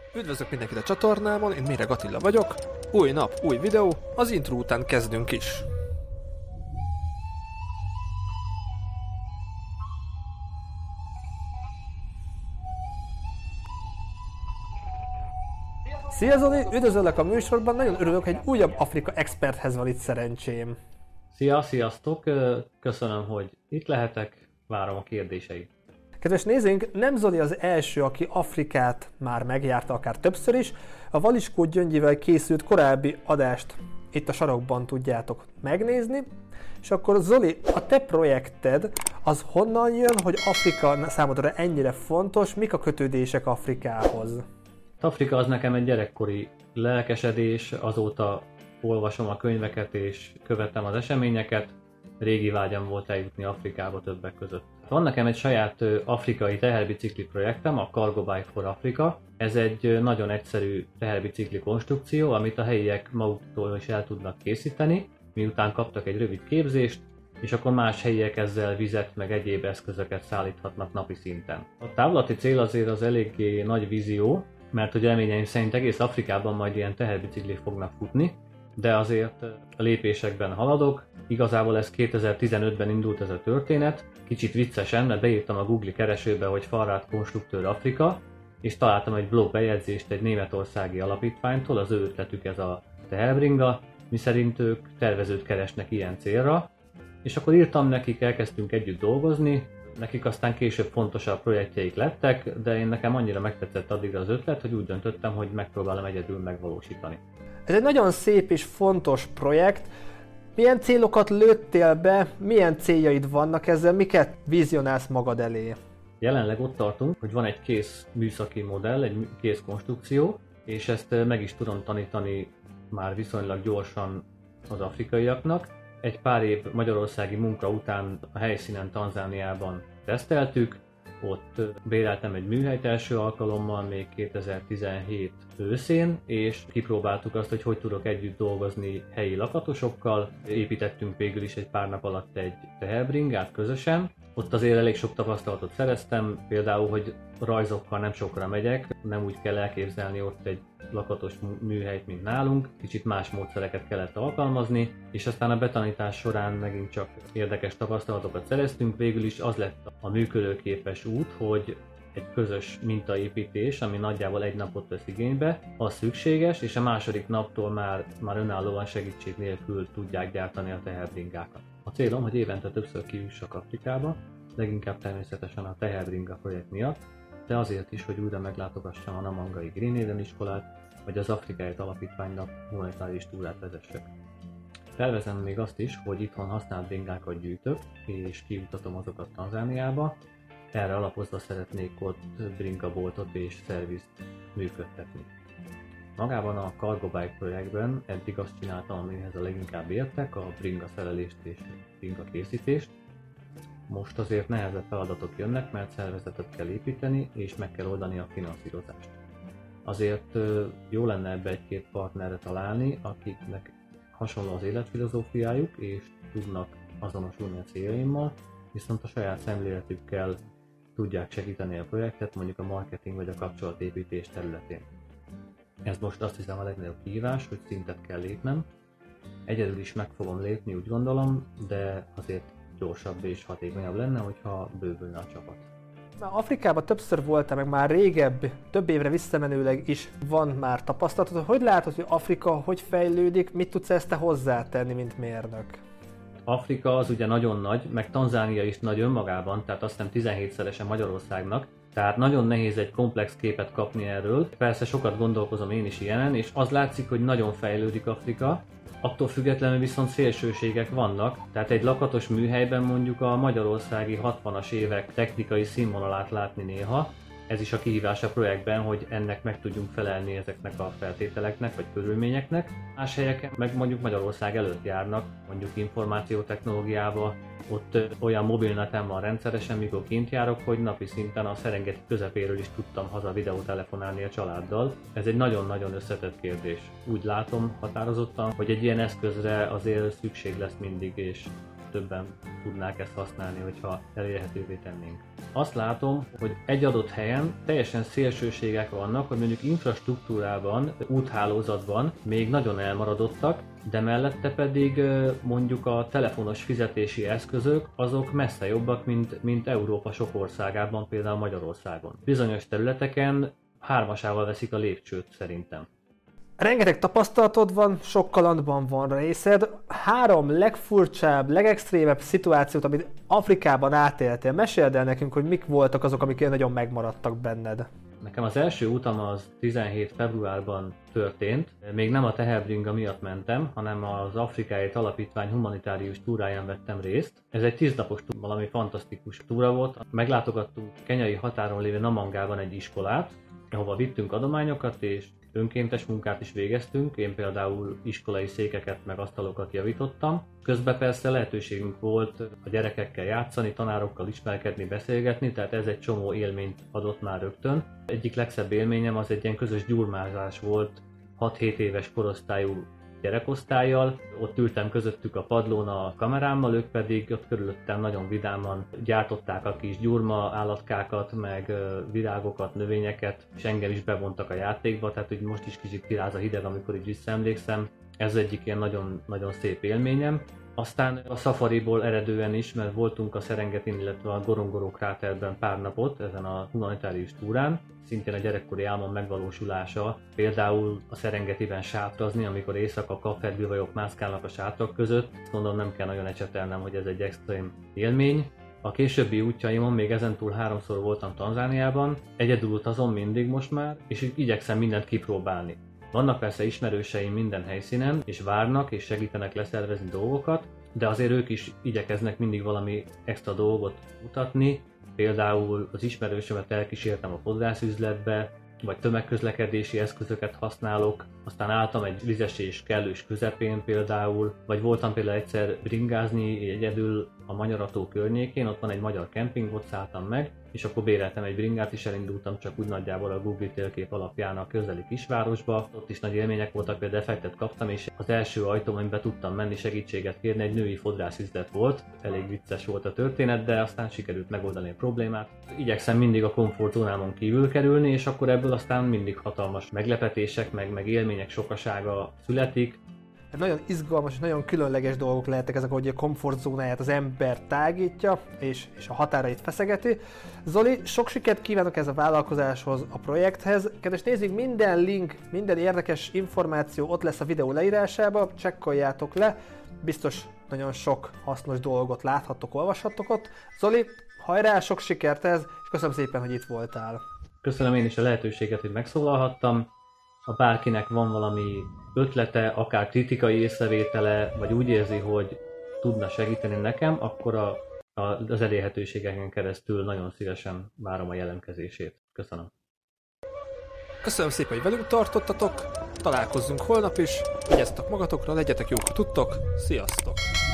Üdvözlök mindenkit a csatornámon, én Méreg Attila vagyok. Új nap, új videó, az intro után kezdünk is. Szia Zoli, üdvözöllek a műsorban, nagyon örülök, hogy egy újabb Afrika experthez van itt szerencsém. Sziasztok! Köszönöm, hogy itt lehetek, várom a kérdéseit. Kedves nézőink, nem Zoli az első, aki Afrikát már megjárta, akár többször is. A Valiskó Gyöngyivel készült korábbi adást itt a sarokban tudjátok megnézni. És akkor Zoli, a te projekted az honnan jön, hogy Afrika számodra ennyire fontos, mik a kötődések Afrikához? Afrika az nekem egy gyerekkori lelkesedés, azóta olvasom a könyveket és követem az eseményeket. Régi vágyam volt eljutni Afrikába többek között. Van nekem egy saját afrikai teherbicikli projektem, a Cargo Bike for Africa. Ez egy nagyon egyszerű teherbicikli konstrukció, amit a helyiek maguktól is el tudnak készíteni, miután kaptak egy rövid képzést, és akkor más helyiek ezzel vizet meg egyéb eszközöket szállíthatnak napi szinten. A távlati cél azért az eléggé nagy vízió, mert hogy reményeim szerint egész Afrikában majd ilyen teherbiciklik fognak futni, de azért a lépésekben haladok. Igazából ez 2015-ben indult ez a történet. Kicsit viccesen, mert beírtam a Google keresőbe, hogy Farrad konstruktőr Afrika, és találtam egy blog bejegyzést egy németországi alapítványtól, az ő ötletük ez a teherbringa, miszerint ők tervezőt keresnek ilyen célra. És akkor írtam nekik, elkezdtünk együtt dolgozni, nekik aztán később fontosabb projektjeik lettek, de nekem annyira megtetszett addigra az ötlet, hogy úgy döntöttem, hogy megpróbálom egyedül megvalósítani. Ez egy nagyon szép és fontos projekt. Milyen célokat lőttél be, milyen céljaid vannak ezzel, miket vizionálsz magad elé? Jelenleg ott tartunk, hogy van egy kész műszaki modell, egy kész konstrukció, és ezt meg is tudom tanítani már viszonylag gyorsan az afrikaiaknak. Egy pár év magyarországi munka után a helyszínen Tanzániában teszteltük, ott béreltem egy műhelyt első alkalommal még 2017 őszén, és kipróbáltuk azt, hogy tudok együtt dolgozni helyi lakatosokkal. Építettünk végül is egy pár nap alatt egy teherbringát közösen. Ott azért elég sok tapasztalatot szereztem, például, hogy rajzokkal nem sokra megyek, nem úgy kell elképzelni ott egy lakatos műhelyt, mint nálunk, kicsit más módszereket kellett alkalmazni, és aztán a betanítás során megint csak érdekes tapasztalatokat szereztünk, végül is az lett a működőképes út, hogy egy közös mintaépítés, ami nagyjából egy napot vesz igénybe, az szükséges, és a második naptól már önállóan segítség nélkül tudják gyártani a teherbringákat. A célom, hogy évente többször kijussak Afrikába, leginkább természetesen a teherbringa projekt miatt, de azért is, hogy újra meglátogassam a Namangai Green Eden iskolát, vagy az Afrikáért Alapítványnak humanitárius túrát vezessek. Tervezem még azt is, hogy itthon használt bringákat gyűjtök, és kijutatom azokat Tanzániába. Erre alapozva szeretnék ott bringaboltot és szervizt működtetni. Magában a Cargo Bike projektben eddig azt csináltam, amihez a leginkább értek, a bringa szerelést és bringa készítést. Most azért nehezebb feladatok jönnek, mert szervezetet kell építeni és meg kell oldani a finanszírozást. Azért jó lenne ebbe egy-két partnerre találni, akiknek hasonló az életfilozófiájuk és tudnak azonosulni a céljaimmal, viszont a saját szemléletükkel tudják segíteni a projektet, mondjuk a marketing vagy a kapcsolatépítés területén. Ez most azt hiszem a legnagyobb kihívás, hogy szintet kell lépnem. Egyedül is meg fogom lépni, úgy gondolom, de azért gyorsabb és hatékonyabb lenne, hogyha bővülne a csapat. Afrikában többször voltál, meg már régebb, több évre visszamenőleg is van már tapasztalatod. Hogy látod, hogy Afrika hogy fejlődik, mit tudsz ezt te hozzátenni, mint mérnök? Afrika az ugye nagyon nagy, meg Tanzánia is nagy önmagában, tehát azt hiszem 17-szeresen Magyarországnak, tehát nagyon nehéz egy komplex képet kapni erről. Persze sokat gondolkozom én is ilyenen, és az látszik, hogy nagyon fejlődik Afrika, attól függetlenül viszont szélsőségek vannak, tehát egy lakatos műhelyben mondjuk a magyarországi 60-as évek technikai színvonalát látni néha. Ez is a kihívás a projektben, hogy ennek meg tudjunk felelni ezeknek a feltételeknek vagy körülményeknek. Más helyeken meg mondjuk Magyarország előtt járnak, mondjuk információtechnológiába, ott olyan mobilnetem van rendszeresen, mikor kint járok, hogy napi szinten a Serengeti közepéről is tudtam haza videótelefonálni a családdal. Ez egy nagyon-nagyon összetett kérdés. Úgy látom határozottan, hogy egy ilyen eszközre azért szükség lesz mindig, és többen tudnák ezt használni, hogyha elérhetővé tennénk. Azt látom, hogy egy adott helyen teljesen szélsőségek vannak, hogy mondjuk infrastruktúrában, úthálózatban még nagyon elmaradottak, de mellette pedig mondjuk a telefonos fizetési eszközök azok messze jobbak, mint Európa sok országában, például Magyarországon. Bizonyos területeken hármasával veszik a lépcsőt szerintem. Rengeteg tapasztalatod van, sok kalandban van részed. 3 legfurcsább, legextrémebb szituációt, amit Afrikában átéltél. Meséld el nekünk, hogy mik voltak azok, amik nagyon megmaradtak benned. Nekem az első utam az 17 februárban történt. Még nem a teherbringa miatt mentem, hanem az Afrikáért Alapítvány humanitárius túráján vettem részt. Ez egy 10 napos túra, valami fantasztikus túra volt. Meglátogattunk kenyai határon lévő Namangában egy iskolát, ahova vittünk adományokat, és önkéntes munkát is végeztünk, én például iskolai székeket meg asztalokat javítottam. Közben persze lehetőségünk volt a gyerekekkel játszani, tanárokkal ismerkedni, beszélgetni, tehát ez egy csomó élményt adott már rögtön. Egyik legszebb élményem az egy ilyen közös gyurmázás volt 6-7 éves korosztályú gyerekosztállyal. Ott ültem közöttük a padlón a kamerámmal, ők pedig ott körülöttem nagyon vidáman gyártották a kis gyurma állatkákat, meg virágokat, növényeket, és engem is bevontak a játékba, tehát hogy most is kicsit kiráz a hideg, amikor így visszaemlékszem. Ez egyik ilyen nagyon, nagyon szép élményem. Aztán a szafariból eredően is, mert voltunk a Serengetin, illetve a Gorongoro kráterben pár napot ezen a humanitárius túrán. Szintén a gyerekkori álmom megvalósulása, például a Serengetiben sátrazni, amikor éjszaka kapferdülvajok mászkálnak a sátrak között. Mondom, nem kell nagyon ecsetelnem, hogy ez egy extrém élmény. A későbbi útjaimon még ezentúl 3-szor voltam Tanzániában, egyedül utazom mindig most már, és igyekszem mindent kipróbálni. Vannak persze ismerőseim minden helyszínen, és várnak és segítenek leszervezni dolgokat, de azért ők is igyekeznek mindig valami extra dolgot mutatni. Például az ismerősömet elkísértem a fodrászüzletbe, vagy tömegközlekedési eszközöket használok, aztán álltam egy vizesés kellős közepén például, vagy voltam például egyszer bringázni egyedül a Manyarató környékén, ott van egy magyar kemping, ott szálltam meg, és akkor béreltem egy bringát, és elindultam csak úgy nagyjából a Google térkép alapján a közeli kisvárosba. Ott is nagy élmények voltak, például effektet kaptam, és az első ajtóm, amiben tudtam menni segítséget kérni, egy női fodrászüzlet volt. Elég vicces volt a történet, de aztán sikerült megoldani a problémát. Igyekszem mindig a komfortzónámon kívül kerülni, és akkor ebből aztán mindig hatalmas meglepetések, meg élmények sokasága születik. Nagyon izgalmas és nagyon különleges dolgok lehetnek ezek, hogy a komfortzónáját az ember tágítja, és a határait feszegeti. Zoli, sok sikert kívánok ez a vállalkozáshoz, a projekthez. Kedves nézzük, minden link, minden érdekes információ ott lesz a videó leírásában, csekkoljátok le. Biztos nagyon sok hasznos dolgot láthattok, olvashattok ott. Zoli, hajrá, sok sikert ez, és köszönöm szépen, hogy itt voltál. Köszönöm én is a lehetőséget, hogy megszólalhattam. Ha bárkinek van valami ötlete, akár kritikai észrevétele, vagy úgy érzi, hogy tudna segíteni nekem, akkor az elérhetőségeken keresztül nagyon szívesen várom a jelentkezését. Köszönöm. Köszönöm szépen, hogy velünk tartottatok, találkozzunk holnap is, vigyázzatok magatokra, legyetek jók, ha tudtok, sziasztok!